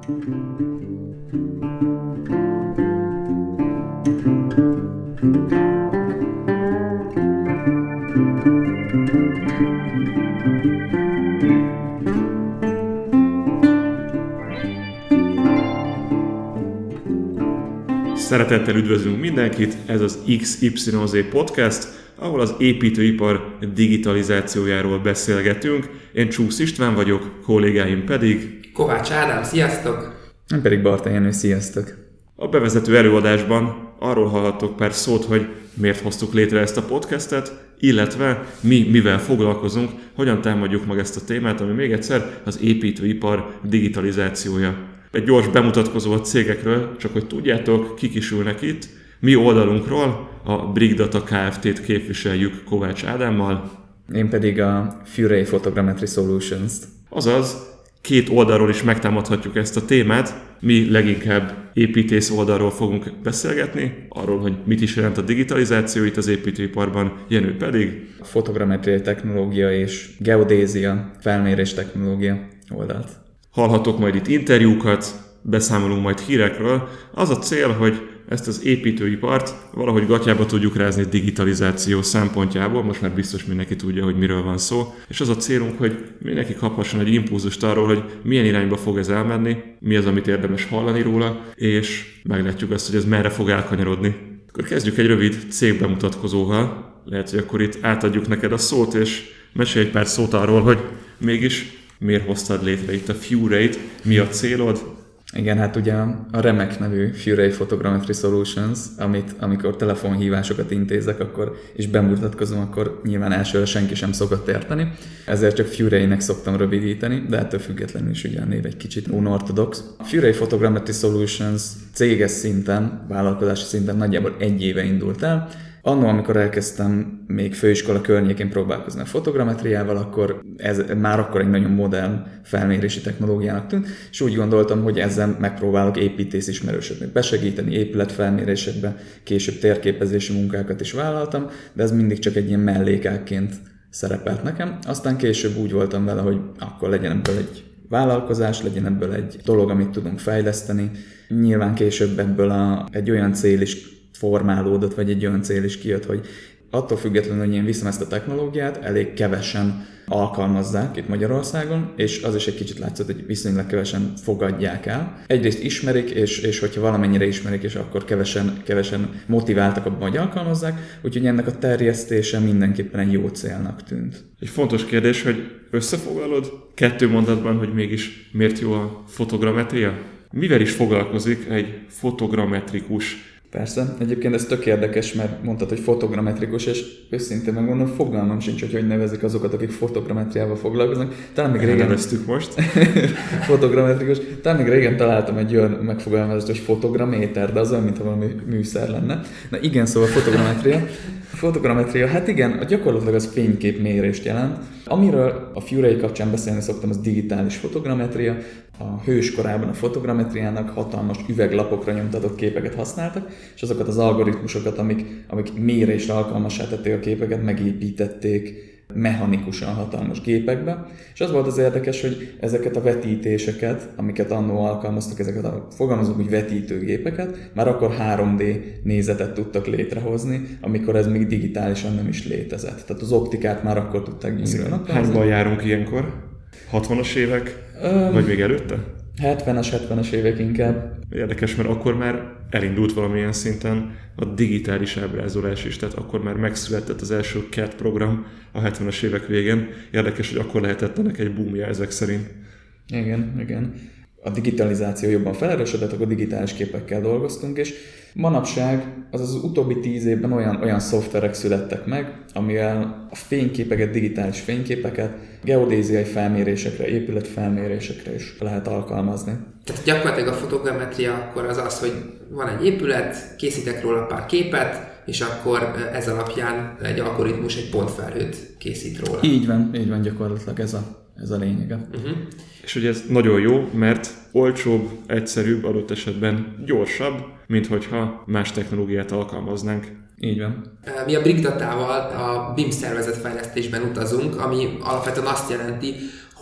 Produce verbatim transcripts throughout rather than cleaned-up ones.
Szeretettel üdvözlünk mindenkit, ez az iksz ipszilon zé Podcast, ahol az építőipar digitalizációjáról beszélgetünk. Én Csúsz István vagyok, kollégáim pedig... Kovács Ádám, sziasztok! Én pedig Barta Jenő, sziasztok! A bevezető előadásban arról hallhattok pár szót, hogy miért hoztuk létre ezt a podcastet, illetve mi mivel foglalkozunk, hogyan támadjuk meg ezt a témát, ami még egyszer az építőipar digitalizációja. Egy gyors bemutatkozó a cégekről, csak hogy tudjátok, kik is ülnek itt. Mi oldalunkról a Brigdata Kft-t képviseljük Kovács Ádámmal. Én pedig a Furay Photogrammetry Solutions-t. Azaz, két oldalról is megtámadhatjuk ezt a témát. Mi leginkább építész oldalról fogunk beszélgetni, arról, hogy mit is jelent a digitalizáció itt az építőiparban, Jenő pedig a fotogrammetriai technológia és geodézia, felmérés technológia oldalt. Hallhatok majd itt interjúkat, beszámolunk majd hírekről. Az a cél, hogy ezt az építőipart valahogy gatyába tudjuk rázni digitalizáció szempontjából, most már biztos mindenki tudja, hogy miről van szó, és az a célunk, hogy mindenki kaphasson egy impulzust arról, hogy milyen irányba fog ez elmenni, mi az, amit érdemes hallani róla, és meglátjuk azt, hogy ez merre fog elkanyarodni. Akkor kezdjük egy rövid cégbemutatkozóval. Lehet, hogy akkor itt átadjuk neked a szót, és mesélj egy pár szót arról, hogy mégis miért hoztad létre itt a Furay-t, mi a célod? Igen, hát ugye a remek nevű Furay Photogrammetry Solutions, amit amikor telefonhívásokat intézek, akkor és bemutatkozom, akkor nyilván elsőre senki sem szokott érteni. Ezért csak Furay-nek szoktam rövidíteni, de ettől függetlenül is ugye a név egy kicsit unorthodox. A Furay Photogrammetry Solutions céges szinten, vállalkozási szinten nagyjából egy éve indult el. Annól, amikor elkezdtem még főiskola környékén próbálkozni a fotogrammetriával, akkor ez már akkor egy nagyon modern felmérési technológiának tűnt, és úgy gondoltam, hogy ezzel megpróbálok építész ismerősöknek besegíteni, épületfelmérésekbe, később térképezési munkákat is vállaltam, de ez mindig csak egy ilyen mellékágként szerepelt nekem. Aztán később úgy voltam vele, hogy akkor legyen ebből egy vállalkozás, legyen ebből egy dolog, amit tudunk fejleszteni. Nyilván később ebből a, egy olyan cél is formálódott, vagy egy olyan cél is kijött, hogy attól függetlenül, hogy én viszem ezt a technológiát, elég kevesen alkalmazzák itt Magyarországon, és az is egy kicsit látszott, hogy viszonylag kevesen fogadják el. Egyrészt ismerik, és, és hogyha valamennyire ismerik, és akkor kevesen, kevesen motiváltak abban, hogy alkalmazzák, úgyhogy ennek a terjesztése mindenképpen egy jó célnak tűnt. Egy fontos kérdés, hogy összefoglalod kettő mondatban, hogy mégis miért jó a fotogrammetria? Mivel is foglalkozik egy fotogrammetrikus? Persze. Egyébként ez tök érdekes, mert mondtad, hogy fotogrammetrikus, és őszintén megmondom, fogalmam sincs, hogy hogy nevezik azokat, akik fotogrammetriával foglalkoznak. Talán még régen... Elneveztük most. Fotogrammetrikus. Talán még régen találtam egy olyan megfogalmazást, hogy fotograméter, de az olyan, mintha valami műszer lenne. Na igen, szóval fotogrammetria. A fotogrammetria, hát igen, gyakorlatilag az fényképmérést jelent. Amiről a Furay kapcsán beszélni szoktam, az digitális fotogrammetria. A hőskorában a fotogrammetriának hatalmas üveglapokra nyomtatott képeket használtak, és azokat az algoritmusokat, amik, amik mérésre alkalmassá tették a képeket, megépítették mechanikusan hatalmas gépekbe. És az volt az érdekes, hogy ezeket a vetítéseket, amiket annó alkalmaztak, ezeket a fogalmazunk úgy vetítőgépeket, már akkor három dé nézetet tudtak létrehozni, amikor ez még digitálisan nem is létezett. Tehát az optikát már akkor tudták gyűrűen. Hányban járunk ilyenkor? hatvanas évek? Um, vagy még előtte? hetvenes, hetvenes évek inkább. Érdekes, mert akkor már elindult valamilyen szinten a digitális ábrázolás is, tehát akkor már megszületett az első cé á dé program a hetvenes évek végén. Érdekes, hogy akkor lehetett ennek egy boomja ezek szerint. Igen, igen. A digitalizáció jobban felerősödött, akkor digitális képekkel dolgoztunk, és manapság az az utóbbi tíz évben olyan, olyan szoftverek születtek meg, amivel a fényképeket, digitális fényképeket geodéziai felmérésekre, épületfelmérésekre is lehet alkalmazni. Tehát gyakorlatilag a fotogrammetria akkor az az, hogy van egy épület, készítek róla pár képet, és akkor ez alapján egy algoritmus egy pontfelhőt készít róla. Így van, így van gyakorlatilag ez a, ez a lényege. Uh-huh. És ugye ez nagyon jó, mert olcsóbb, egyszerűbb, adott esetben gyorsabb, mint hogyha más technológiát alkalmaznánk. Így van. Mi a Brigdatával a bé i em szervezetfejlesztésben utazunk, ami alapvetően azt jelenti,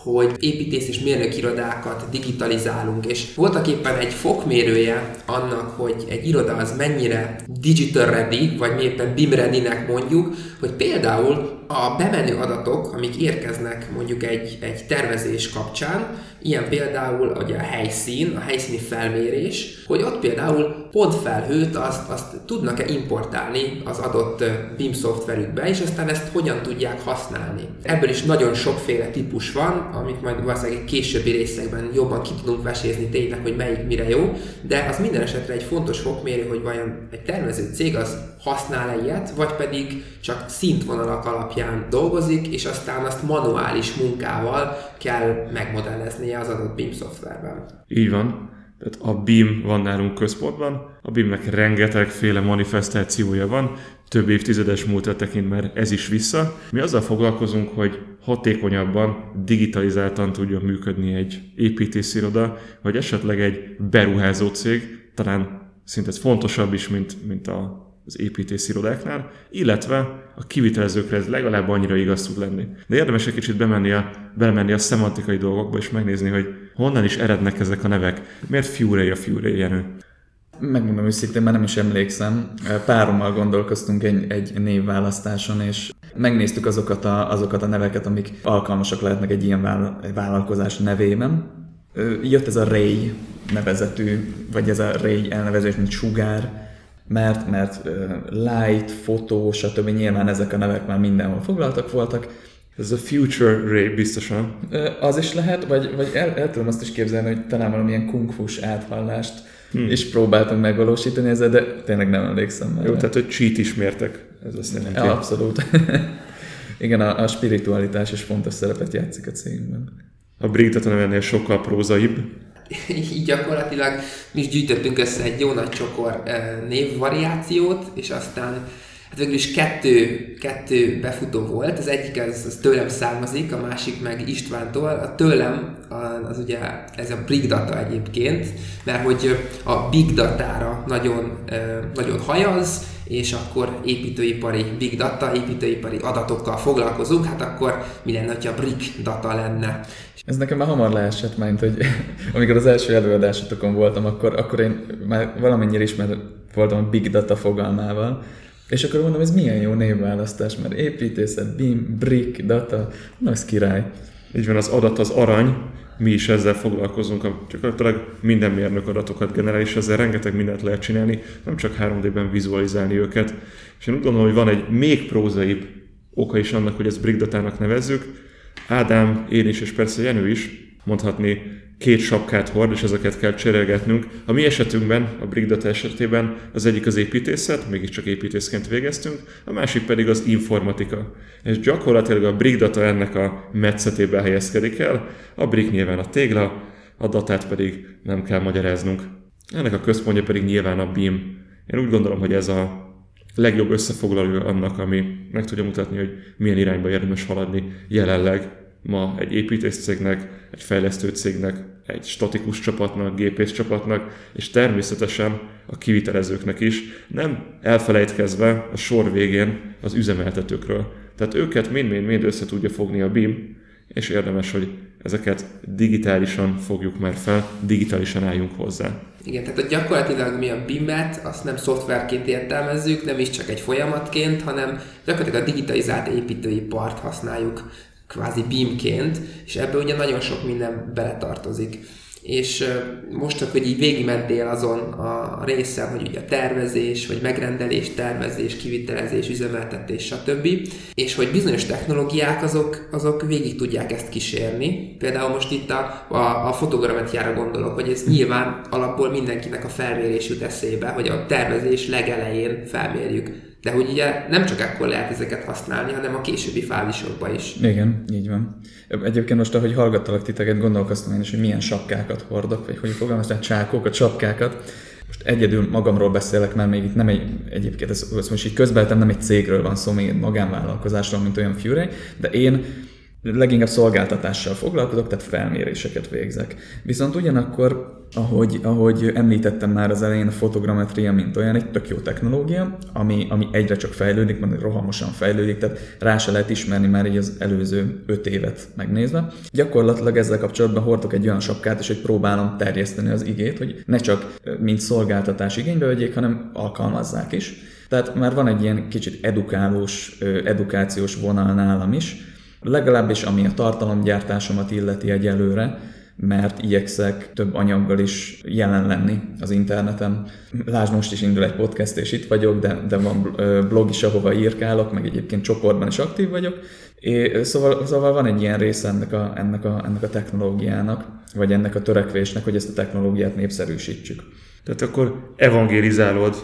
hogy építész és mérnökirodákat digitalizálunk, és voltak éppen egy fokmérője annak, hogy egy iroda az mennyire digital ready, vagy mi éppen B I M ready-nek mondjuk, hogy például a bemenő adatok, amik érkeznek mondjuk egy, egy tervezés kapcsán, ilyen például ugye a helyszín, a helyszíni felmérés, hogy ott például pontfelhőt azt, azt tudnak-e importálni az adott B I M szoftverükbe, és aztán ezt hogyan tudják használni. Ebből is nagyon sokféle típus van, amit majd valószínűleg későbbi részekben jobban ki tudunk vesézni tényleg, hogy melyik mire jó, de az minden esetre egy fontos fokmérő, hogy vajon egy tervező cég az használ-e ilyet, vagy pedig csak szintvonalak alapján dolgozik, és aztán azt manuális munkával kell megmodelleznie az adott B I M szoftverben. Így van. Tehát a B I M van nálunk központban, a B I M-nek rengetegféle manifestációja van, több évtizedes múltra tekint már ez is vissza. Mi azzal foglalkozunk, hogy hatékonyabban, digitalizáltan tudjon működni egy építésziroda, vagy esetleg egy beruházó cég, talán szinte ez fontosabb is, mint, mint a az építészirodáknál, illetve a kivitelezőkre ez legalább annyira igaz tud lenni. De érdemes egy kicsit bemenni a, belemenni a szemantikai dolgokba, és megnézni, hogy honnan is erednek ezek a nevek. Miért Furay a Furay, Jenő? Megmondom őszintén, már nem is emlékszem. Párommal gondolkoztunk egy, egy névválasztáson, és megnéztük azokat a, azokat a neveket, amik alkalmasak lehetnek egy ilyen vállalkozás nevében. Jött ez a Ray nevezetű, vagy ez a Ray elnevezés, mint sugár, mert, mert uh, light, fotó, stb. Nyilván ezek a nevek már mindenhol foglaltak voltak. Ez a Future Ray biztosan. Uh, az is lehet, vagy, vagy el, el tudom azt is képzelni, hogy talán valamilyen kung-fus áthallást hmm. is próbáltunk megvalósítani ezzel, de tényleg nem emlékszem már. Jó, tehát hogy cheat ismertek, ez azt jelenti. Ja, abszolút. Igen, a, a spiritualitás is fontos szerepet játszik a cégünkben. A Brick Data nevennél sokkal prózaibb. Így gyakorlatilag mi is gyűjtöttünk össze egy jó nagy csokor névvariációt, és aztán hát végül is kettő, kettő befutó volt. Az egyik az, az tőlem származik, a másik meg Istvántól. A tőlem az, az ugye ez a Brick Data egyébként, mert hogy a Big Datára nagyon, nagyon hajaz, és akkor építőipari Big Data, építőipari adatokkal foglalkozunk, hát akkor mi lenne, ha Brick Data lenne. Ez nekem már hamar leesett, mert hogy amikor az első előadásotokon voltam, akkor, akkor én már valamennyire ismert voltam a Big Data fogalmával, és akkor mondom, ez milyen jó névválasztás, mert építészet, B I M, Brick Data, na ez király. Így van, az adat az arany, mi is ezzel foglalkozunk, gyakorlatilag minden mérnök adatokat generál, és ezzel rengeteg mindent lehet csinálni, nem csak három dében vizualizálni őket. És én úgy gondolom, hogy van egy még prózaibb oka is annak, hogy ezt Brick Datának nevezzük. Ádám, én is, és persze Jenő is mondhatni két sapkát hord, és ezeket kell cserélgetnünk. A mi esetünkben, a Brick Data esetében az egyik az építészet, mégiscsak építészként végeztünk, a másik pedig az informatika. És gyakorlatilag a Brick Data ennek a metszetében helyezkedik el, a Brick nyilván a tégla, a datát pedig nem kell magyaráznunk. Ennek a központja pedig nyilván a B I M. Én úgy gondolom, hogy ez a legjobb összefoglaló annak, ami meg tudja mutatni, hogy milyen irányba érdemes haladni jelenleg ma egy építészcégnek, egy fejlesztő cégnek, egy statikus csapatnak, gépész csapatnak, és természetesen a kivitelezőknek is, nem elfelejtkezve a sor végén az üzemeltetőkről. Tehát őket mind-mind-mind össze tudja fogni a B I M, és érdemes, hogy ezeket digitálisan fogjuk már fel, digitálisan álljunk hozzá. Igen, tehát gyakorlatilag mi a B I M-et azt nem szoftverként értelmezzük, nem is csak egy folyamatként, hanem gyakorlatilag a digitalizált építőipart használjuk kvázi B I M-ként, és ebből ugye nagyon sok minden beletartozik. És most csak, hogy így végigmentél azon a részen, hogy ugye a tervezés, vagy megrendelés, tervezés, kivitelezés, üzemeltetés, stb. És hogy bizonyos technológiák azok, azok végig tudják ezt kísérni. Például most itt a, a, a fotogrammetriára gondolok, hogy ez nyilván alapból mindenkinek a felmérés jut eszébe, hogy a tervezés legelején felmérjük. De hogy ugye nem csak ekkor lehet ezeket használni, hanem a későbbi fázisokban is. Igen, így van. Egyébként most, ahogy hallgattalak titeket, gondolkoztam én is, hogy milyen sapkákat hordok, vagy hogy fogalmaztál, csákókat, sapkákat. Most egyedül magamról beszélek, mert még itt nem egy, egyébként ez, ez most így közbeltem, nem egy cégről van szó, még egy magánvállalkozásról, mint olyan Furay, de én leginkább szolgáltatással foglalkozok, tehát felméréseket végzek. Viszont ugyanakkor, ahogy, ahogy említettem már az elején, a fotogrammetria, mint olyan, egy tök jó technológia, ami, ami egyre csak fejlődik, mondjuk rohamosan fejlődik, tehát rá se lehet ismerni már így az előző öt évet megnézve. Gyakorlatilag ezzel kapcsolatban hordok egy olyan sapkát, és hogy próbálom terjeszteni az igét, hogy ne csak mint szolgáltatás igénybe vegyék, hanem alkalmazzák is. Tehát már van egy ilyen kicsit edukálós, edukációs vonal nálam is, legalábbis ami a tartalomgyártásomat illeti egyelőre, mert igyekszek több anyaggal is jelen lenni az interneten. Lásd, most is indul egy podcast, és itt vagyok, de, de van blog is, ahova írkálok, meg egyébként csoportban is aktív vagyok. É, szóval, szóval van egy ilyen része ennek a, ennek, a, ennek a technológiának, vagy ennek a törekvésnek, hogy ezt a technológiát népszerűsítsük. Tehát akkor evangélizálod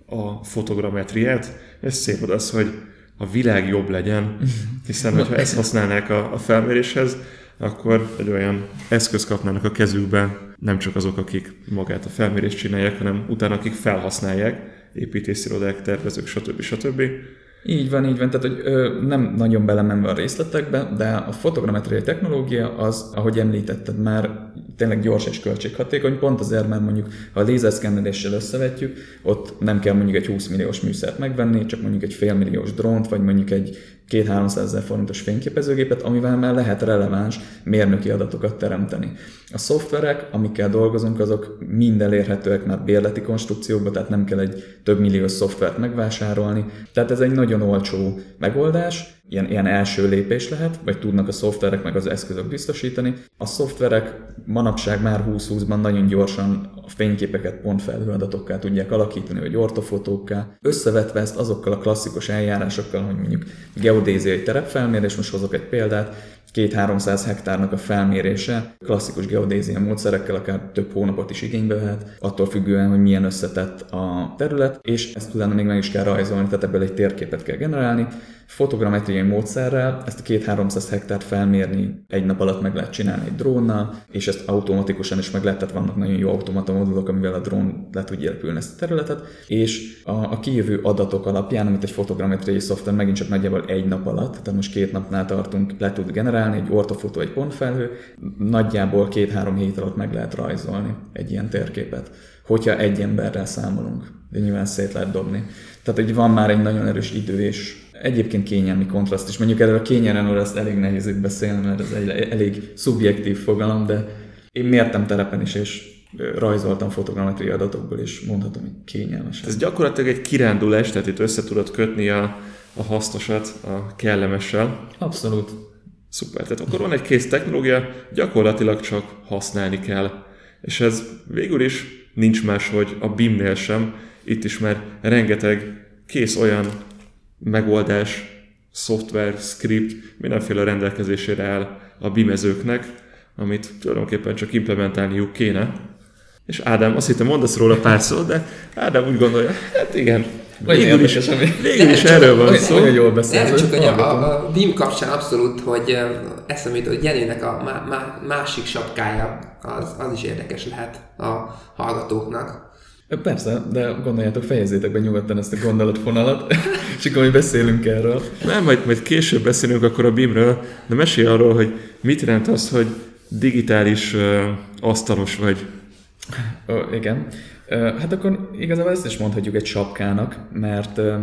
a fotogrammetriát, ez szép az, hogy a világ jobb legyen, hiszen hogyha ezt használnák a, a felméréshez, akkor egy olyan eszköz kapnának a kezükbe, nem csak azok, akik magát a felmérést csinálják, hanem utána akik felhasználják, építészirodák, tervezők, stb. stb. Így van, így van, tehát hogy ö, nem nagyon belemenve a részletekbe, de a fotogrammetriai technológia az, ahogy említetted már, tényleg gyors és költséghatékony, pont azért, mert mondjuk, ha a lézerszkenneléssel összevetjük, ott nem kell mondjuk egy húsz milliós műszert megvenni, csak mondjuk egy félmilliós drónt, vagy mondjuk egy két-háromszázezer forintos fényképezőgépet, amivel már lehet releváns mérnöki adatokat teremteni. A szoftverek, amikkel dolgozunk, azok mind elérhetőek már bérleti konstrukciókba, tehát nem kell egy több milliós szoftvert megvásárolni. Tehát ez egy nagyon olcsó megoldás, ilyen, ilyen első lépés lehet, vagy tudnak a szoftverek meg az eszközök biztosítani. A szoftverek manapság már húsz-húszban nagyon gyorsan a fényképeket pontfelhő adatokká tudják alakítani, vagy ortofotókká. Összevetve ezt azokkal a klasszikus eljárásokkal, hogy mondjuk geodéziai terepfelmérés, most hozok egy példát, két-háromszáz hektárnak a felmérése klasszikus geodézia módszerekkel akár több hónapot is igénybe vehet, attól függően, hogy milyen összetett a terület, és ezt utána még meg is kell rajzolni, tehát ebből egy térképet kell generálni. Fotogrammetriai módszerrel ezt a két-háromszáz hektárt felmérni egy nap alatt meg lehet csinálni egy drónnal, és ezt automatikusan is meg lehet, tehát vannak nagyon jó automata modulok, amivel a drón le tudja repülni ezt a területet, és a, a kijövő adatok alapján, amit egy fotogrammetriai szoftver megint csak nagyjából egy nap alatt, tehát most két napnál tartunk, le tud generálni egy ortofotó, egy pontfelhő, nagyjából két-három hét alatt meg lehet rajzolni egy ilyen térképet, hogyha egy emberrel számolunk, de nyilván szét lehet dobni. Tehát, hogy van már egy nagyon erős idő, és egyébként kényelmi kontraszt is. Mondjuk erről a kényelemről ezt elég nehéz itt beszélni, mert ez egy elég szubjektív fogalom, de én mértem terepen is, és rajzoltam fotogrammetriai adatokból, és mondhatom, hogy kényelmesen. Ez gyakorlatilag egy kirándulás, tehát itt össze tudod kötni a, a hasznosat a kellemessel. Abszolút. Szuper, tehát akkor van egy kész technológia, gyakorlatilag csak használni kell. És ez végül is nincs más, hogy a bé i em-nél sem, itt is már rengeteg kész olyan megoldás, szoftver, script, mindenféle rendelkezésére áll a bimezőknek, amit tulajdonképpen csak implementálniuk kéne. És Ádám, azt hittem mondasz róla pár szót, de Ádám úgy gondolja, hát igen, végül is, végül is erről van szó. Olyan jól beszélsz. Nem, csak a, a, a bé i em kapcsán abszolút, hogy eszembe jut, hogy Jenőnek a má, má, másik sapkája, az, az is érdekes lehet a hallgatóknak. Persze, de gondoljátok, fejezzétek be nyugodtan ezt a gondolatfonalat, és akkor mi beszélünk erről. Nem, majd, majd később beszélünk akkor a bé i em-ről, de mesélj arról, hogy mit jelent az, hogy digitális uh, asztalos vagy. Ó, igen. Uh, hát akkor igazából ezt is mondhatjuk egy sapkának, mert uh,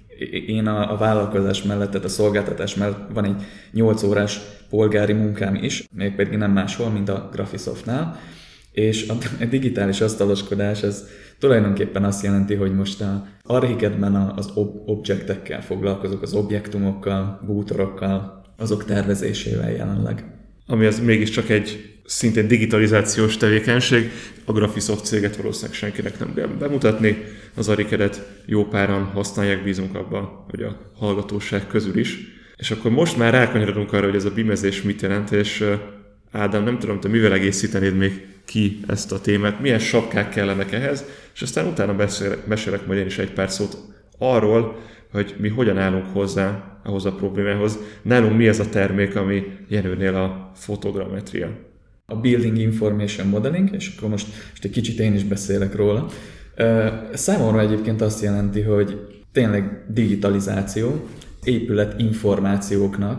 én a, a vállalkozás mellett, tehát a szolgáltatás mellett van egy nyolc órás polgári munkám is, mégpedig nem máshol, mint a Graphisoftnál. És a digitális asztaloskodás ez tulajdonképpen azt jelenti, hogy most az Archicad-ben az ob- objektekkel foglalkozok, az objektumokkal, bútorokkal, azok tervezésével jelenleg. Ami az mégiscsak egy szintén digitalizációs tevékenység, a Graphisoft céget valószínűleg senkinek nem kell bemutatni, az Archicadet jó páran használják, bízunk abban, hogy a hallgatóság közül is. És akkor most már rákanyarodunk arra, hogy ez a bimezés mit jelent, és Ádám, nem tudom, te mivel egészítenéd még ki ezt a témát, milyen sapkák kellenek ehhez, és aztán utána beszélek, beszélek majd én is egy pár szót arról, hogy mi hogyan állunk hozzá ahhoz a problémához. Nálunk mi ez a termék, ami Jenőnél a fotogrammetria? A Building Information Modeling, és akkor most, most egy kicsit én is beszélek róla. Számomra egyébként azt jelenti, hogy tényleg digitalizáció, épület információknak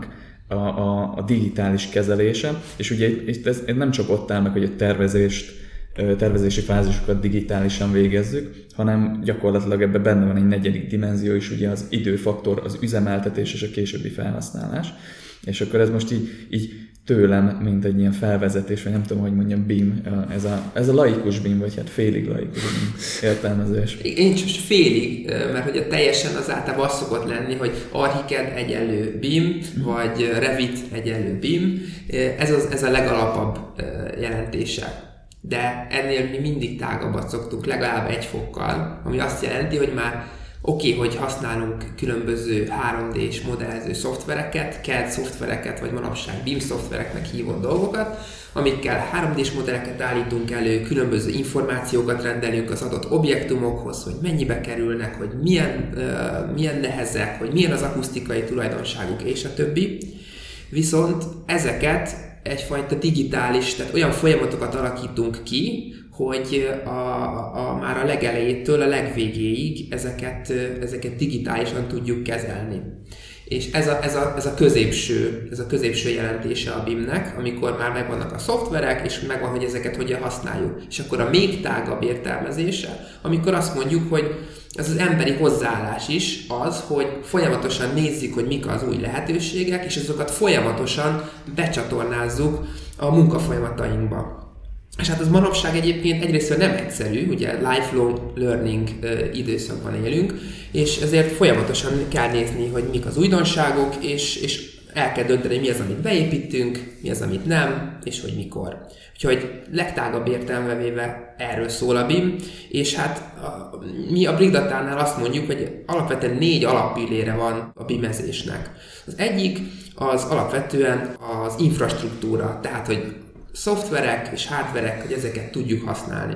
a, a, a digitális kezelése, és ugye itt ez nem csak ott áll meg, hogy a tervezést, tervezési fázisokat digitálisan végezzük, hanem gyakorlatilag ebben benne van egy negyedik dimenzió is, ugye az időfaktor, az üzemeltetés és a későbbi felhasználás. És akkor ez most így, így tőlem, mint egy ilyen felvezetés, vagy nem tudom, hogy mondjam, bé i em, ez a, ez a laikus bé i em, vagy hát félig laikus bé i em értelmezés. Én csak félig, mert ugye teljesen az általában az szokott lenni, hogy Archicad egyenlő bé i em, mm. vagy Revit egyenlő bé i em. Ez, az, ez a legalapabb jelentése. De ennél mi mindig tágabbat szoktunk, legalább egy fokkal, ami azt jelenti, hogy már oké, okay, hogy használunk különböző három dés modellező szoftvereket, cé á dé szoftvereket, vagy manapság bé i em szoftvereknek hívott dolgokat, amikkel három dés modelleket állítunk elő, különböző információkat rendelünk az adott objektumokhoz, hogy mennyibe kerülnek, hogy milyen, uh, milyen nehezek, hogy milyen az akusztikai tulajdonságuk, és a többi. Viszont ezeket egyfajta digitális, tehát olyan folyamatokat alakítunk ki, hogy a, a, már a legelejétől a legvégéig ezeket, ezeket digitálisan tudjuk kezelni. És ez a, ez, a, ez, a középső, ez a középső jelentése a bé i em-nek, amikor már megvannak a szoftverek, és megvan, hogy ezeket hogyan használjuk. És akkor a még tágabb értelmezése, amikor azt mondjuk, hogy ez az emberi hozzáállás is az, hogy folyamatosan nézzük, hogy mik az új lehetőségek, és azokat folyamatosan becsatornázzuk a munkafolyamatainkba. És hát az manapság egyébként egyrészt nem egyszerű, ugye lifelong learning időszakban élünk, és ezért folyamatosan kell nézni, hogy mik az újdonságok, és, és el kell dönteni, hogy mi az, amit beépítünk, mi az, amit nem, és hogy mikor. Úgyhogy legtágabb értelembe véve erről szól a bé i em, és hát a, mi a Big Data-nál azt mondjuk, hogy alapvetően négy alappillére van a bé i em-ezésnek. Az egyik az alapvetően az infrastruktúra, tehát hogy szoftverek és hardverek, hogy ezeket tudjuk használni.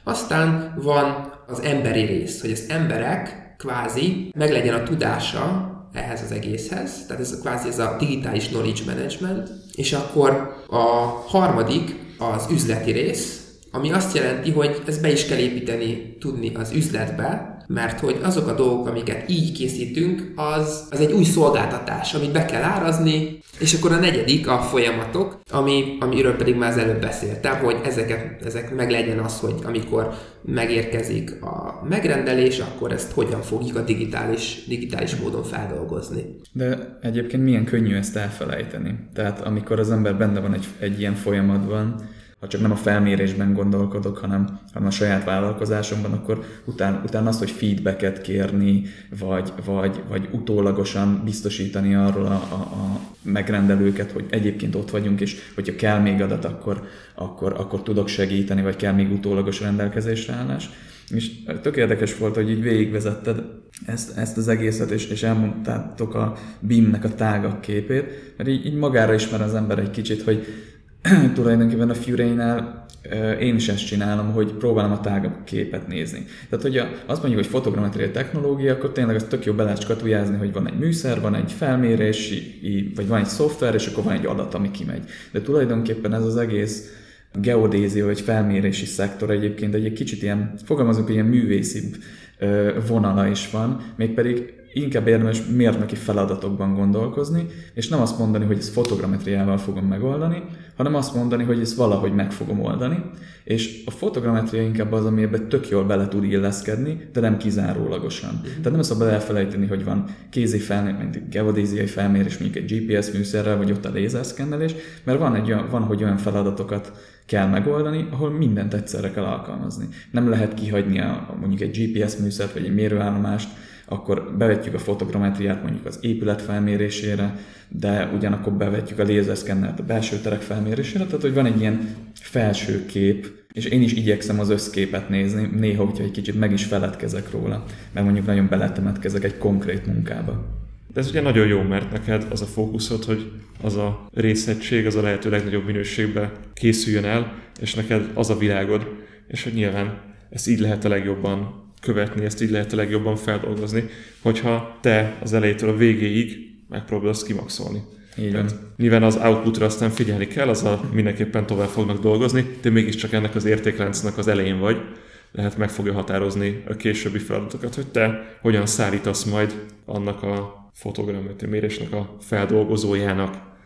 Aztán van az emberi rész, hogy az emberek kvázi meglegyen a tudása ehhez az egészhez, tehát ez kvázi ez a digitális knowledge management, és akkor a harmadik az üzleti rész, ami azt jelenti, hogy ezt be is kell építeni tudni az üzletbe, mert hogy azok a dolgok, amiket így készítünk, az, az egy új szolgáltatás, amit be kell árazni, és akkor a negyedik a folyamatok, ami, amiről pedig már az előbb beszéltem, hogy ezeket, ezek meg legyen az, hogy amikor megérkezik a megrendelés, akkor ezt hogyan fogjuk a digitális, digitális módon feldolgozni. De egyébként milyen könnyű ezt elfelejteni. Tehát amikor az ember benne van egy, egy ilyen folyamatban, ha csak nem a felmérésben gondolkodok, hanem, hanem a saját vállalkozásomban, akkor utána, utána azt, hogy feedbacket kérni, vagy, vagy, vagy utólagosan biztosítani arról a, a, a megrendelőket, hogy egyébként ott vagyunk, és hogyha kell még adat, akkor, akkor, akkor tudok segíteni, vagy kell még utólagos rendelkezésre állás. És tök érdekes volt, hogy így végigvezetted ezt, ezt az egészet, és, és elmondtátok a bé i em-nek a tágabb képét, mert így, így magára ismer az ember egy kicsit, hogy tulajdonképpen a Fury-nál én is ezt csinálom, hogy próbálom a tágabb képet nézni. Tehát, hogy azt mondjuk, hogy fotogrammetriai technológia, akkor tényleg az tök jó be lehet skatujázni, hogy van egy műszer, van egy felmérés, vagy van egy szoftver, és akkor van egy adat, ami kimegy. De tulajdonképpen ez az egész geodézia, vagy felmérési szektor egyébként egy kicsit ilyen, fogalmazunk, hogy ilyen művészibb vonala is van, mégpedig inkább érdemes mérnöki feladatokban gondolkozni, és nem azt mondani, hogy ezt fotogrammetriával fogom megoldani, hanem azt mondani, hogy ezt valahogy meg fogom oldani, és a fotogrammetria inkább az, ami ebben tök jól bele tud illeszkedni, de nem kizárólagosan. Mm-hmm. Tehát nem szabad elfelejteni, hogy van kézi felmérés, mint geodéziai felmérés, mondjuk egy gé pé es műszerrel, vagy ott a lézerszkennelés, mert van, egy, van, hogy olyan feladatokat kell megoldani, ahol mindent egyszerre kell alkalmazni. Nem lehet kihagyni a, mondjuk egy gé pé es műszert, vagy egy mérőállomást, akkor bevetjük a fotogrammetriát mondjuk az épület felmérésére, de ugyanakkor bevetjük a lézerszkennert a belső terek felmérésére, tehát hogy van egy ilyen felső kép, és én is igyekszem az összképet nézni, néha, hogyha egy kicsit meg is feledkezek róla, mert mondjuk nagyon beletemetkezek egy konkrét munkába. De ez ugye nagyon jó, mert neked az a fókuszod, hogy az a részegység, az a lehető legnagyobb minőségben készüljön el, és neked az a világod, és hogy nyilván ezt így lehet a legjobban követni, ezt így lehet a legjobban feldolgozni, hogyha te az elejétől a végéig megpróbálsz kimaxolni. Igen. Nyilván az outputra aztán figyelni kell, azzal mindenképpen tovább fognak dolgozni, de mégiscsak ennek az értékláncnak az elején vagy, lehet meg fogja határozni a későbbi feladatokat, hogy te hogyan szállítasz majd annak a fotogrammetri mérésnek a feldolgozójának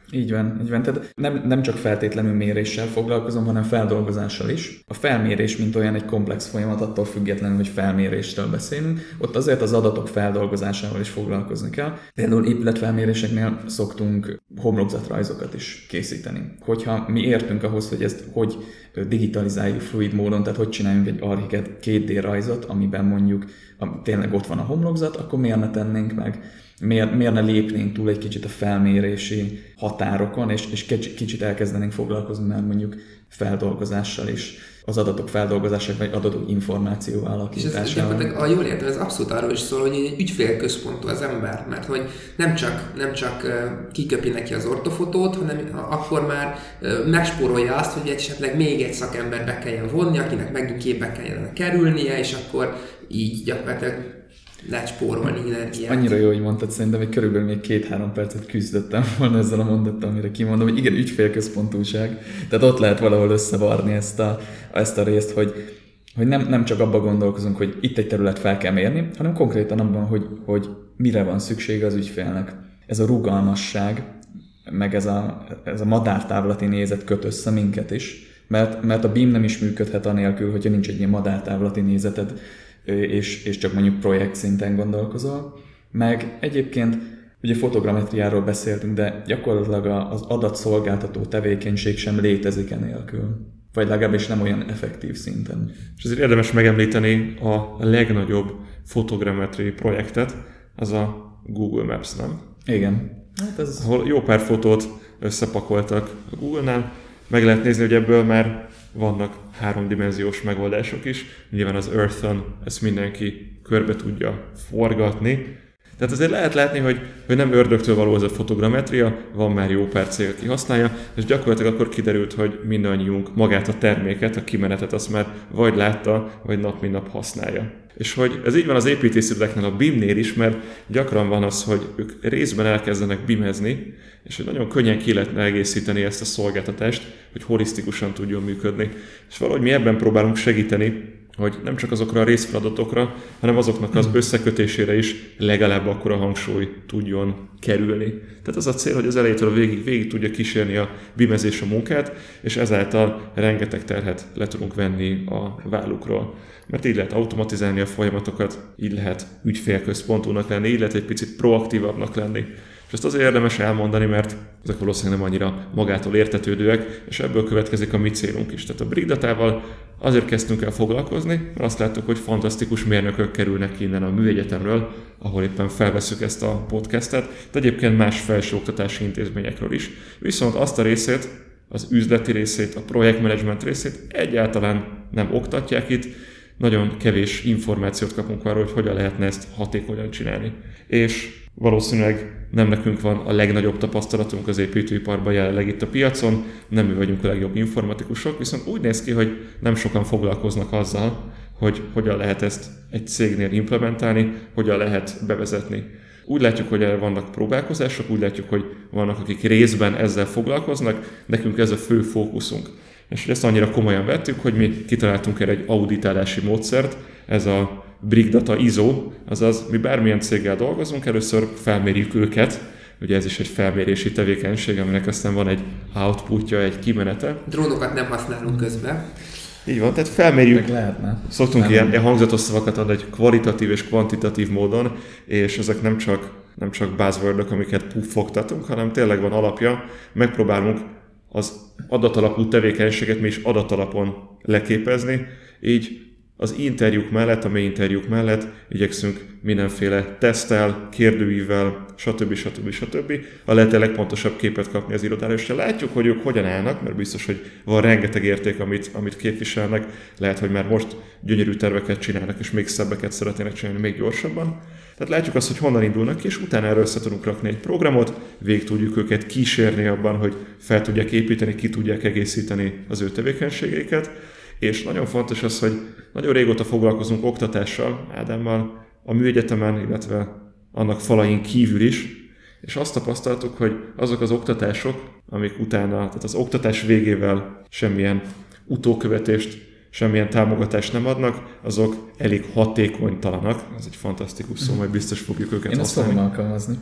Így van, így van. Tehát nem, nem csak feltétlenül méréssel foglalkozom, hanem feldolgozással is. A felmérés, mint olyan egy komplex folyamat, attól függetlenül, hogy felmérésről beszélünk, ott azért az adatok feldolgozásával is foglalkozni kell. Például épületfelméréseknél szoktunk homlokzatrajzokat is készíteni. Hogyha mi értünk ahhoz, hogy ezt hogy digitalizáljuk fluid módon, tehát hogy csináljunk egy Archicad két dé rajzot, amiben mondjuk tényleg ott van a homlokzat, akkor miért ne tennénk meg? Miért, miért ne lépnénk túl egy kicsit a felmérési határokon, és, és kicsit elkezdenénk foglalkozni már mondjuk feldolgozással is, az adatok feldolgozásával, vagy adatok információ alakításával. És ez gyakorlatilag, ha jól értem, ez abszolút arról is szól, hogy egy ügyfélközpontú az ember, mert hogy nem csak, nem csak kiköpi neki az ortofotót, hanem akkor már megspórolja azt, hogy esetleg még egy szakember be kelljen vonni, akinek megint képbe kelljen kerülnie, és akkor így gyakorlatilag lehet spórolni energiát. Annyira jó, hogy mondtad, szerintem, hogy körülbelül még két-három percet küzdöttem volna ezzel a mondattal, amire kimondom, hogy igen, ügyfélközpontúság. Tehát ott lehet valahol összevarni ezt a, ezt a részt, hogy, hogy nem, nem csak abban gondolkozunk, hogy itt egy terület fel kell mérni, hanem konkrétan abban, hogy, hogy mire van szüksége az ügyfélnek. Ez a rugalmasság, meg ez a, ez a madártávlati nézet köt össze minket is, mert, mert a bé i em nem is működhet anélkül, hogyha nincs egy ilyen madártávlati nézeted, És, és csak mondjuk projekt szinten gondolkozol. Meg egyébként ugye fotogrammetriáról beszéltünk, de gyakorlatilag az adatszolgáltató tevékenység sem létezik enélkül. Vagy legalábbis nem olyan effektív szinten. És ezért érdemes megemlíteni a legnagyobb fotogrammetri projektet, az a Google Maps, nem? Igen. Hát ez... Ahol jó pár fotót összepakoltak a Google-nál, meg lehet nézni, hogy ebből már vannak háromdimenziós megoldások is. Nyilván az Earth-on ezt mindenki körbe tudja forgatni. Tehát azért lehet látni, hogy, hogy nem ördögtől való ez a fotogrammetria, van már jó pár cég, aki használja, és gyakorlatilag akkor kiderült, hogy mindannyiunk magát a terméket, a kimenetet azt már vagy látta, vagy nap mint nap használja. És hogy ez így van az építészeteknél, a bé i em-nél is, mert gyakran van az, hogy ők részben elkezdenek bimezni, és hogy nagyon könnyen ki lehetne egészíteni ezt a szolgáltatást, hogy holisztikusan tudjon működni. És valahogy mi ebben próbálunk segíteni, hogy nem csak azokra a részfeladatokra, hanem azoknak az összekötésére is legalább akkora hangsúly tudjon kerülni. Tehát az a cél, hogy az elejétől a végig, végig tudja kísérni a bimezés a munkát, és ezáltal rengeteg terhet le tudunk venni a vállukról. Mert így lehet automatizálni a folyamatokat, így lehet ügyfélközpontúnak lenni, így lehet egy picit proaktívabbnak lenni. És ezt azért érdemes elmondani, mert ezek valószínűleg nem annyira magától értetődőek, és ebből következik a mi célunk is. Tehát a Big Datával azért kezdtünk el foglalkozni, mert azt láttuk, hogy fantasztikus mérnökök kerülnek ki innen a műegyetemről, ahol éppen felvesszük ezt a podcastet, de egyébként más felsőoktatási intézményekről is. Viszont azt a részét, az üzleti részét, a projektmenedzsment részét egyáltalán nem oktatják itt, nagyon kevés információt kapunk arról, hogy hogyan lehetne ezt hatékonyan csinálni. És valószínűleg nem nekünk van a legnagyobb tapasztalatunk az építőiparban jelenleg itt a piacon, nem mi vagyunk a legjobb informatikusok, viszont úgy néz ki, hogy nem sokan foglalkoznak azzal, hogy hogyan lehet ezt egy cégnél implementálni, hogyan lehet bevezetni. Úgy látjuk, hogy erre vannak próbálkozások, úgy látjuk, hogy vannak, akik részben ezzel foglalkoznak, nekünk ez a fő fókuszunk. És ezt annyira komolyan vettük, hogy mi kitaláltunk erre egy auditálási módszert, ez a Big Data i es o, azaz mi bármilyen céggel dolgozunk, először felmérjük őket, ugye ez is egy felmérési tevékenység, aminek aztán van egy outputja, egy kimenete. Drónokat nem használunk közben. Így van, tehát felmérjük, meg lehetne. Szoktunk nem ilyen, ilyen hangzatos szavakat adni, egy kvalitatív és kvantitatív módon, és ezek nem csak, nem csak buzzwordok, amiket puffogtatunk, hanem tényleg van alapja, megpróbálunk az adatalapú tevékenységet mi is adatalapon leképezni, így az interjúk mellett, a mély interjúk mellett igyekszünk mindenféle teszttel, kérdőívvel, stb. stb. stb. A lehető legpontosabb képet kapni az irodára, és ha látjuk, hogy ők hogyan állnak, mert biztos, hogy van rengeteg érték, amit, amit képviselnek, lehet, hogy már most gyönyörű terveket csinálnak, és még szebbeket szeretnének csinálni még gyorsabban. Tehát látjuk azt, hogy honnan indulnak ki, és utána erről össze tudunk rakni egy programot, végig tudjuk őket kísérni abban, hogy fel tudják építeni, ki tudják egészíteni az ő tevékenységeiket. És nagyon fontos az, hogy nagyon régóta foglalkozunk oktatással, Ádámmal, a műegyetemen, illetve annak falain kívül is, és azt tapasztaltuk, hogy azok az oktatások, amik utána, tehát az oktatás végével semmilyen utókövetést, semmilyen támogatást nem adnak, azok elég hatékonytalanak. Ez egy fantasztikus szó, majd biztos fogjuk őket Én használni. Én azt fogom alkalmazni.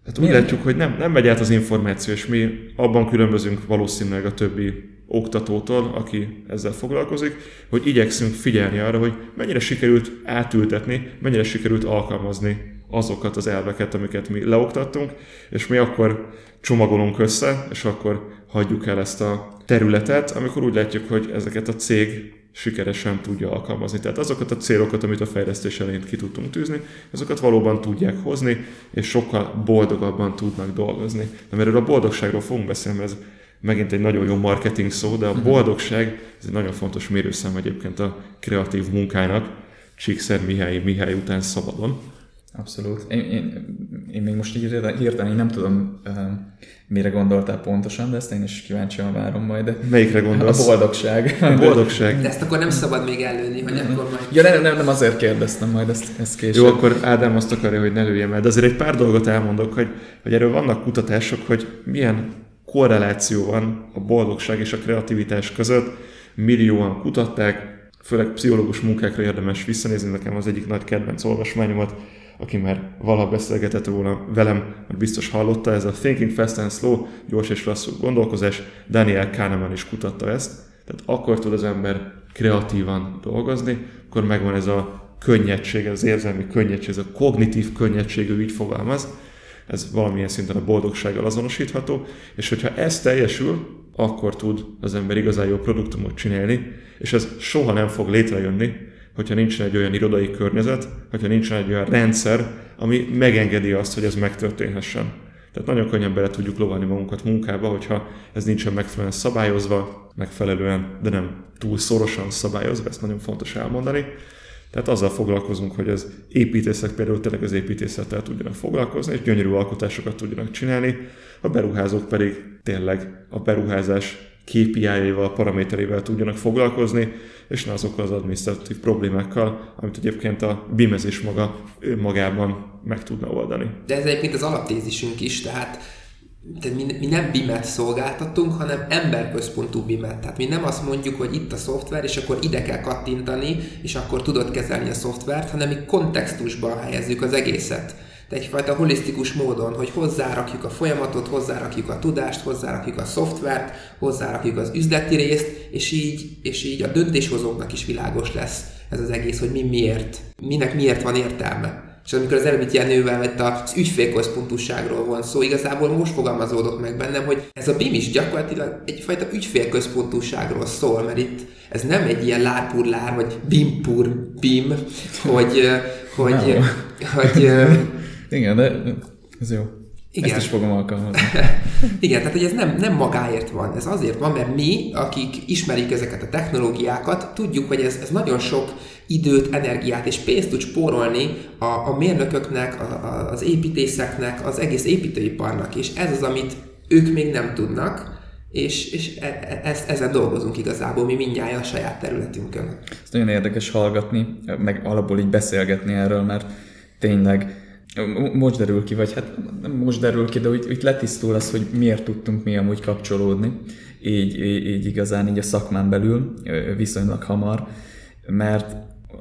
Hát úgy látjuk, hogy nem, nem megy át az információ, és mi abban különbözünk valószínűleg a többi oktatótól, aki ezzel foglalkozik, hogy igyekszünk figyelni arra, hogy mennyire sikerült átültetni, mennyire sikerült alkalmazni azokat az elveket, amiket mi leoktattunk, és mi akkor csomagolunk össze, és akkor hagyjuk el ezt a területet, amikor úgy látjuk, hogy ezeket a cég sikeresen tudja alkalmazni. Tehát azokat a célokat, amit a fejlesztés elején ki tudtunk tűzni, azokat valóban tudják hozni, és sokkal boldogabban tudnak dolgozni. De erről a boldogságról fogunk beszélni, mert ez megint egy nagyon jó marketing szó, de a boldogság ez egy nagyon fontos mérőszám egyébként a kreatív munkának, Csíkszer Mihály Mihály után szabadon. Abszolút. Én, én, én még most így hirtelen nem tudom, uh, mire gondoltál pontosan, de ezt én is kíváncsian várom majd. Melyikre gondolsz? A boldogság. A boldogság. De ezt akkor nem szabad még előni, hogy akkor majd... Ja, nem, nem, nem azért kérdeztem majd ezt, ezt később. Jó, akkor Ádám azt akarja, hogy ne lőjem el. De azért egy pár dolgot elmondok, hogy, hogy erről vannak kutatások, hogy milyen korreláció van a boldogság és a kreativitás között. Millióan kutatták, főleg pszichológus munkákra érdemes visszanézni, nekem az egyik nagy kedvenc olvasmányomat, aki már valaha beszélgetett róla velem, biztos hallotta, ez a Thinking Fast and Slow, gyors és lassú gondolkozás, Daniel Kahneman is kutatta ezt. Tehát akkor tud az ember kreatívan dolgozni, akkor megvan ez a könnyedség, az érzelmi könnyedség, ez a kognitív könnyedség, ő így fogalmaz. Ez valamilyen szinten a boldogsággal azonosítható, és hogyha ez teljesül, akkor tud az ember igazán jó produktumot csinálni, és ez soha nem fog létrejönni, hogyha nincsen egy olyan irodai környezet, hogyha nincsen egy olyan rendszer, ami megengedi azt, hogy ez megtörténhessen. Tehát nagyon könnyen bele tudjuk lovalni magunkat munkába, hogyha ez nincsen megfelelően szabályozva, megfelelően, de nem túl szorosan szabályozva, ezt nagyon fontos elmondani. Tehát azzal foglalkozunk, hogy az építészek például tényleg az építészettel tudjanak foglalkozni, és gyönyörű alkotásokat tudjanak csinálni, a beruházók pedig tényleg a beruházás ké pé í-jaival, paraméterével tudjanak foglalkozni, és ne azokkal az adminisztratív problémákkal, amit egyébként a bimezés maga önmagában meg tudna oldani. De ez egyébként az alaptézisünk is, tehát Tehát mi, mi nem bimet szolgáltatunk, hanem emberközpontú bimet. Tehát mi nem azt mondjuk, hogy itt a szoftver, és akkor ide kell kattintani, és akkor tudod kezelni a szoftvert, hanem mi kontextusba helyezzük az egészet. De egyfajta holisztikus módon, hogy hozzárakjuk a folyamatot, hozzárakjuk a tudást, hozzárakjuk a szoftvert, hozzárakjuk az üzleti részt, és így, és így a döntéshozóknak is világos lesz ez az egész, hogy mi miért, minek miért van értelme. És amikor az előbb Jenővel vett az ügyfélközpontúságról van szó, igazából most fogalmazódott meg bennem, hogy ez a BIM is gyakorlatilag egyfajta ügyfélközpontúságról szól, mert itt ez nem egy ilyen lárpurlár, vagy bimpur bim, hogy... hogy, hogy, hogy igen, de ez jó. Igen. Ezt is fogom alkalmazni. Igen, tehát hogy ez nem, nem magáért van, ez azért van, mert mi, akik ismerik ezeket a technológiákat, tudjuk, hogy ez, ez nagyon sok időt, energiát és pénzt tud spórolni a, a mérnököknek, a, a, az építészeknek, az egész építőiparnak, és ez az, amit ők még nem tudnak, és, és e, e, ezen dolgozunk igazából mi mindnyájan a saját területünkön. Ez nagyon érdekes hallgatni, meg alapból így beszélgetni erről, mert tényleg most derül ki, vagy hát nem most derül ki, de úgy, úgy letisztul az, hogy miért tudtunk mi amúgy kapcsolódni, így, így, így igazán így a szakmán belül viszonylag hamar, mert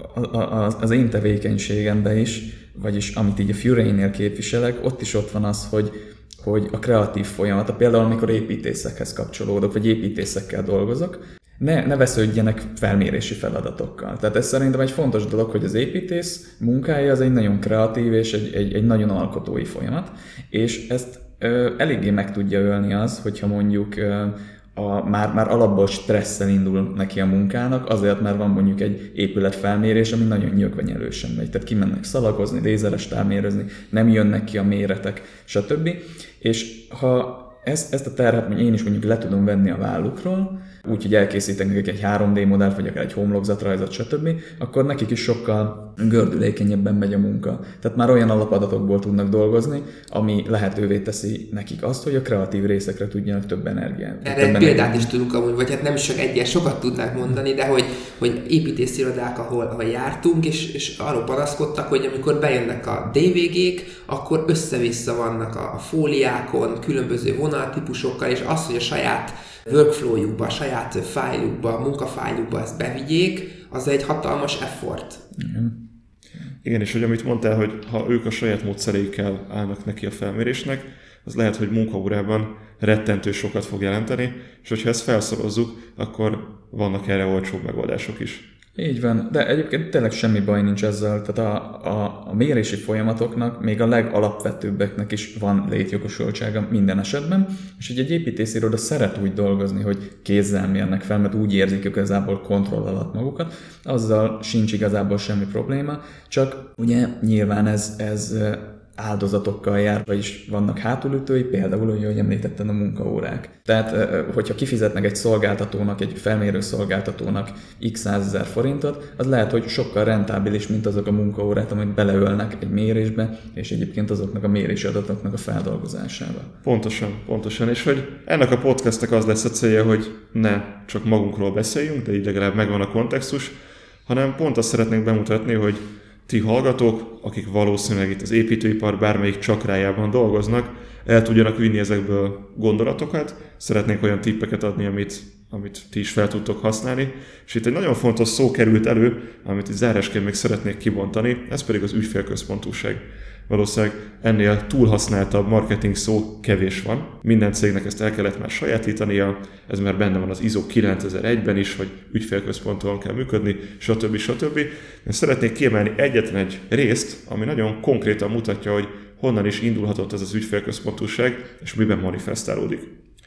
az én tevékenységemben is, vagyis amit így a Furay-nél képviselek, ott is ott van az, hogy, hogy a kreatív folyamat, például amikor építészekhez kapcsolódok, vagy építészekkel dolgozok, ne, ne vesződjenek felmérési feladatokkal. Tehát ez szerintem egy fontos dolog, hogy az építész munkája az egy nagyon kreatív és egy, egy, egy nagyon alkotói folyamat, és ezt ö, eléggé meg tudja ölni az, hogyha mondjuk ö, a, már, már alapból stresszel indul neki a munkának, azért, mert van mondjuk egy épületfelmérés, ami nagyon nyögvenyelősen megy. Tehát kimennek szalagozni, lézeres távmérezni, nem jönnek ki a méretek, stb. És ha ezt, ezt a terhet én is mondjuk le tudom venni a vállukról, úgyhogy elkészítenek nekik egy három dé modellt, vagy akár egy homlokzatrajzot, stb., akkor nekik is sokkal gördülékenyebben megy a munka. Tehát már olyan alapadatokból tudnak dolgozni, ami lehetővé teszi nekik azt, hogy a kreatív részekre tudjanak több energiát. Erre egy példát is tudunk amúgy, vagy hát nem is csak egyet, sokat tudnák mondani, de hogy, hogy építészirodák, ahol, ahol jártunk, és, és arról panaszkodtak, hogy amikor bejönnek a dé vé gék, akkor össze-vissza vannak a, a fóliákon, különböző vonaltípusokkal, és az, hogy a saját workflow-jukba, a saját fájlukba, a munkafájlukba ezt bevigyék, az egy hatalmas effort. Igen. Igen, és hogy amit mondtál, hogy ha ők a saját módszereikkel állnak neki a felmérésnek, az lehet, hogy munkaórában rettentő sokat fog jelenteni, és hogyha ezt felszorozzuk, akkor vannak erre olcsóbb megoldások is. Így van, de egyébként tényleg semmi baj nincs ezzel, tehát a, a, a mérési folyamatoknak, még a legalapvetőbbeknek is van létjogosultsága minden esetben, és hogy egy építésziroda szeret úgy dolgozni, hogy kézzel mérnek fel, mert úgy érzik igazából kontroll alatt magukat, azzal sincs igazából semmi probléma, csak ugye nyilván ez, ez áldozatokkal jár, vagyis vannak hátulütői, például, ahogy említettem, a munkaórák. Tehát, hogyha kifizetnek egy szolgáltatónak, egy felmérő szolgáltatónak x százezer forintot, az lehet, hogy sokkal rentábilis, mint azok a munkaórák, amit beleölnek egy mérésbe, és egyébként azoknak a mérési adatoknak a feldolgozásába. Pontosan, pontosan. És hogy ennek a podcastnek az lesz a célja, hogy ne csak magunkról beszéljünk, de így legalább megvan a kontextus, hanem pont azt szeretnénk bemutatni, hogy ti hallgatók, akik valószínűleg itt az építőipar bármelyik csakrájában dolgoznak, el tudjanak vinni ezekből gondolatokat, szeretnénk olyan tippeket adni, amit, amit ti is fel tudtok használni. És itt egy nagyon fontos szó került elő, amit itt zárásként még szeretnék kibontani, ez pedig az ügyfélközpontúság. Valószínűleg ennél túlhasználtabb marketing szó kevés van. Minden cégnek ezt el kellett már sajátítania, ez már benne van az i es o kilencezer-egyben is, hogy ügyfélközpontúan kell működni, stb. stb. Én szeretnék kiemelni egyetlen egy részt, ami nagyon konkrétan mutatja, hogy honnan is indulhatott ez az ügyfélközpontúság, és miben manifestálódik.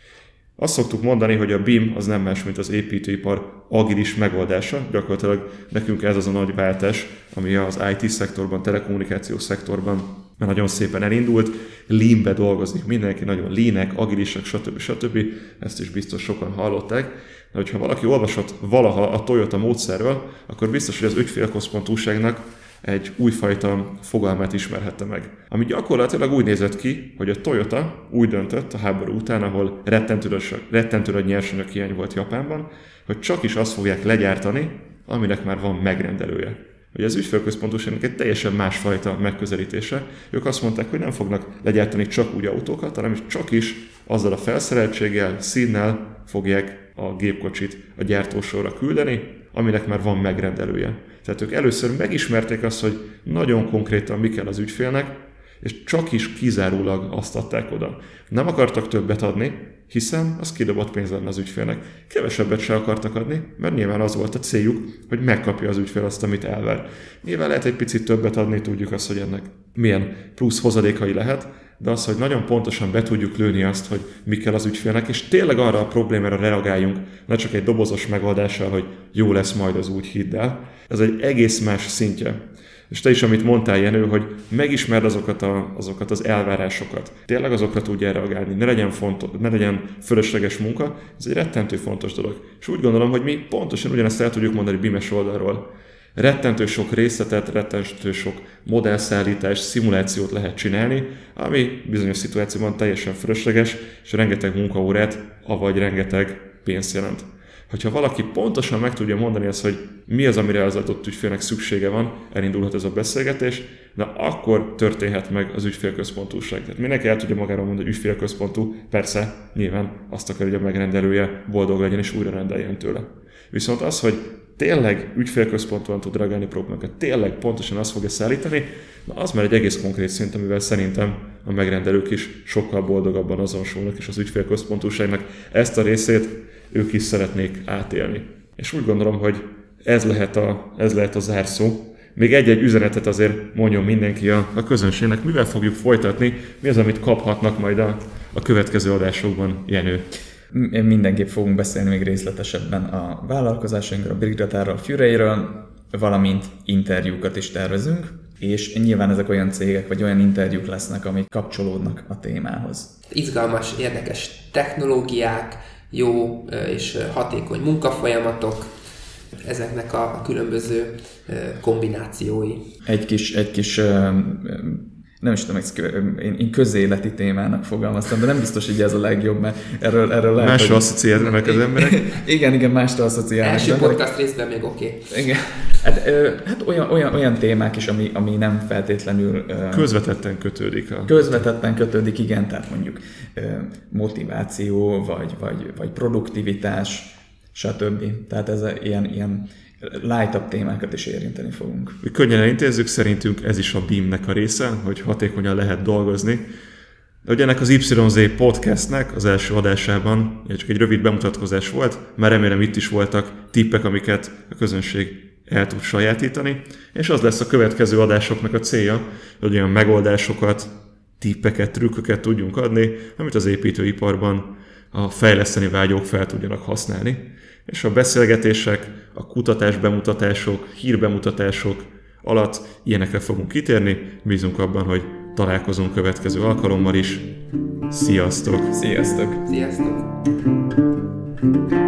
Azt szoktuk mondani, hogy a bé i em az nem más, mint az építőipar agilis megoldása. Gyakorlatilag nekünk ez az a nagy váltás, ami az i té szektorban, telekommunikációs szektorban nagyon szépen elindult. Lean-be dolgozik mindenki, nagyon leanek, agilisek, stb. stb. Ezt is biztos sokan hallották. De hogyha valaki olvasott valaha a Toyota módszerről, akkor biztos, hogy az ügyfélközpontúságnak egy újfajta fogalmát ismerhette meg. Ami gyakorlatilag úgy nézett ki, hogy a Toyota úgy döntött a háború után, ahol rettentő nagy nyersanyaghiány volt Japánban, hogy csak is azt fogják legyártani, aminek már van megrendelője. Ugye az ügyfélközpontúságnak egy teljesen másfajta megközelítése. Ők azt mondták, hogy nem fognak legyártani csak úgy autókat, hanem csak is azzal a felszereltséggel, színnel fogják a gépkocsit a gyártósorra küldeni, aminek már van megrendelője. Tehát ők először megismerték azt, hogy nagyon konkrétan mi kell az ügyfélnek, és csak is kizárólag azt adták oda. Nem akartak többet adni, hiszen az kidobott pénz lenne az ügyfélnek. Kevesebbet se akartak adni, mert nyilván az volt a céljuk, hogy megkapja az ügyfél azt, amit elvár. Nyilván lehet egy picit többet adni, tudjuk azt, hogy ennek milyen plusz hozadékai lehet, de az, hogy nagyon pontosan be tudjuk lőni azt, hogy mi kell az ügyfélnek, és tényleg arra a problémára reagáljunk, ne csak egy dobozos megoldással, hogy jó lesz majd az úgy, hidd el. Ez egy egész más szintje. És te is, amit mondtál, Jenő, hogy megismerd azokat, a, azokat az elvárásokat. Tényleg azokra tudjál reagálni, ne legyen, fontos, ne legyen fölösleges munka, ez egy rettentő fontos dolog. És úgy gondolom, hogy mi pontosan ugyanezt el tudjuk mondani bé i em-es oldalról. Rettentő sok részletet, rettentő sok modellszállítás, szimulációt lehet csinálni, ami bizonyos szituációban teljesen fölösleges, és rengeteg munkaórát, avagy rengeteg pénzt jelent. Hogyha valaki pontosan meg tudja mondani azt, hogy mi az, amire az adott ügyfélnek szüksége van, elindulhat ez a beszélgetés, de akkor történhet meg az ügyfélközpontúság. Tehát mindenki el tudja magáról mondani, hogy ügyfélközpontú, persze, nyilván azt akar, hogy a megrendelője boldog legyen és újra rendeljen tőle. Viszont az, hogy tényleg ügyfélközpontúan tud reagálni problémákat, tényleg pontosan azt fogja szállítani, na az már egy egész konkrét szint, amivel szerintem a megrendelők is sokkal boldogabban azonosulnak, és az ügyfélközpontúságnak ezt a részét ők is szeretnék átélni. És úgy gondolom, hogy ez lehet a, ez lehet a zárszó. Még egy-egy üzenetet azért mondjon mindenki a, a közönségnek, mivel fogjuk folytatni, mi az, amit kaphatnak majd a, a következő adásokban, Jenő. Mindenképp fogunk beszélni még részletesebben a vállalkozásainkról, a Big Data-ról, a Fury-ről, valamint interjúkat is tervezünk, és nyilván ezek olyan cégek, vagy olyan interjúk lesznek, amik kapcsolódnak a témához. Izgalmas, érdekes technológiák, jó és hatékony munkafolyamatok, ezeknek a különböző kombinációi. Egy kis, egy kis nem is tudom, én, én közéleti témának fogalmaztam, de nem biztos, hogy ez a legjobb, mert erről, erről lehet, másra hogy... asszociálnak az emberek. igen, igen, másra asszociálnak. Első podcast részben még oké. Okay. Igen. Hát, hát olyan, olyan, olyan témák is, ami, ami nem feltétlenül... Közvetetten kötődik. A... Közvetetten kötődik, igen, tehát mondjuk motiváció, vagy, vagy, vagy produktivitás, stb. Tehát ez a, ilyen, ilyen light-up témákat is érinteni fogunk. Mi könnyen elintézzük, szerintünk ez is a BIM-nek a része, hogy hatékonyan lehet dolgozni. De ugye ennek az Y Z podcastnek az első adásában csak egy rövid bemutatkozás volt, már remélem itt is voltak tippek, amiket a közönség el tud sajátítani, és az lesz a következő adásoknak a célja, hogy olyan megoldásokat, tippeket, trükköket tudjunk adni, amit az építőiparban a fejleszteni vágyók fel tudjanak használni. És a beszélgetések, a kutatás bemutatások, hírbemutatások alatt ilyenekre fogunk kitérni. Bízunk abban, hogy találkozunk következő alkalommal is. Sziasztok! Sziasztok! Sziasztok!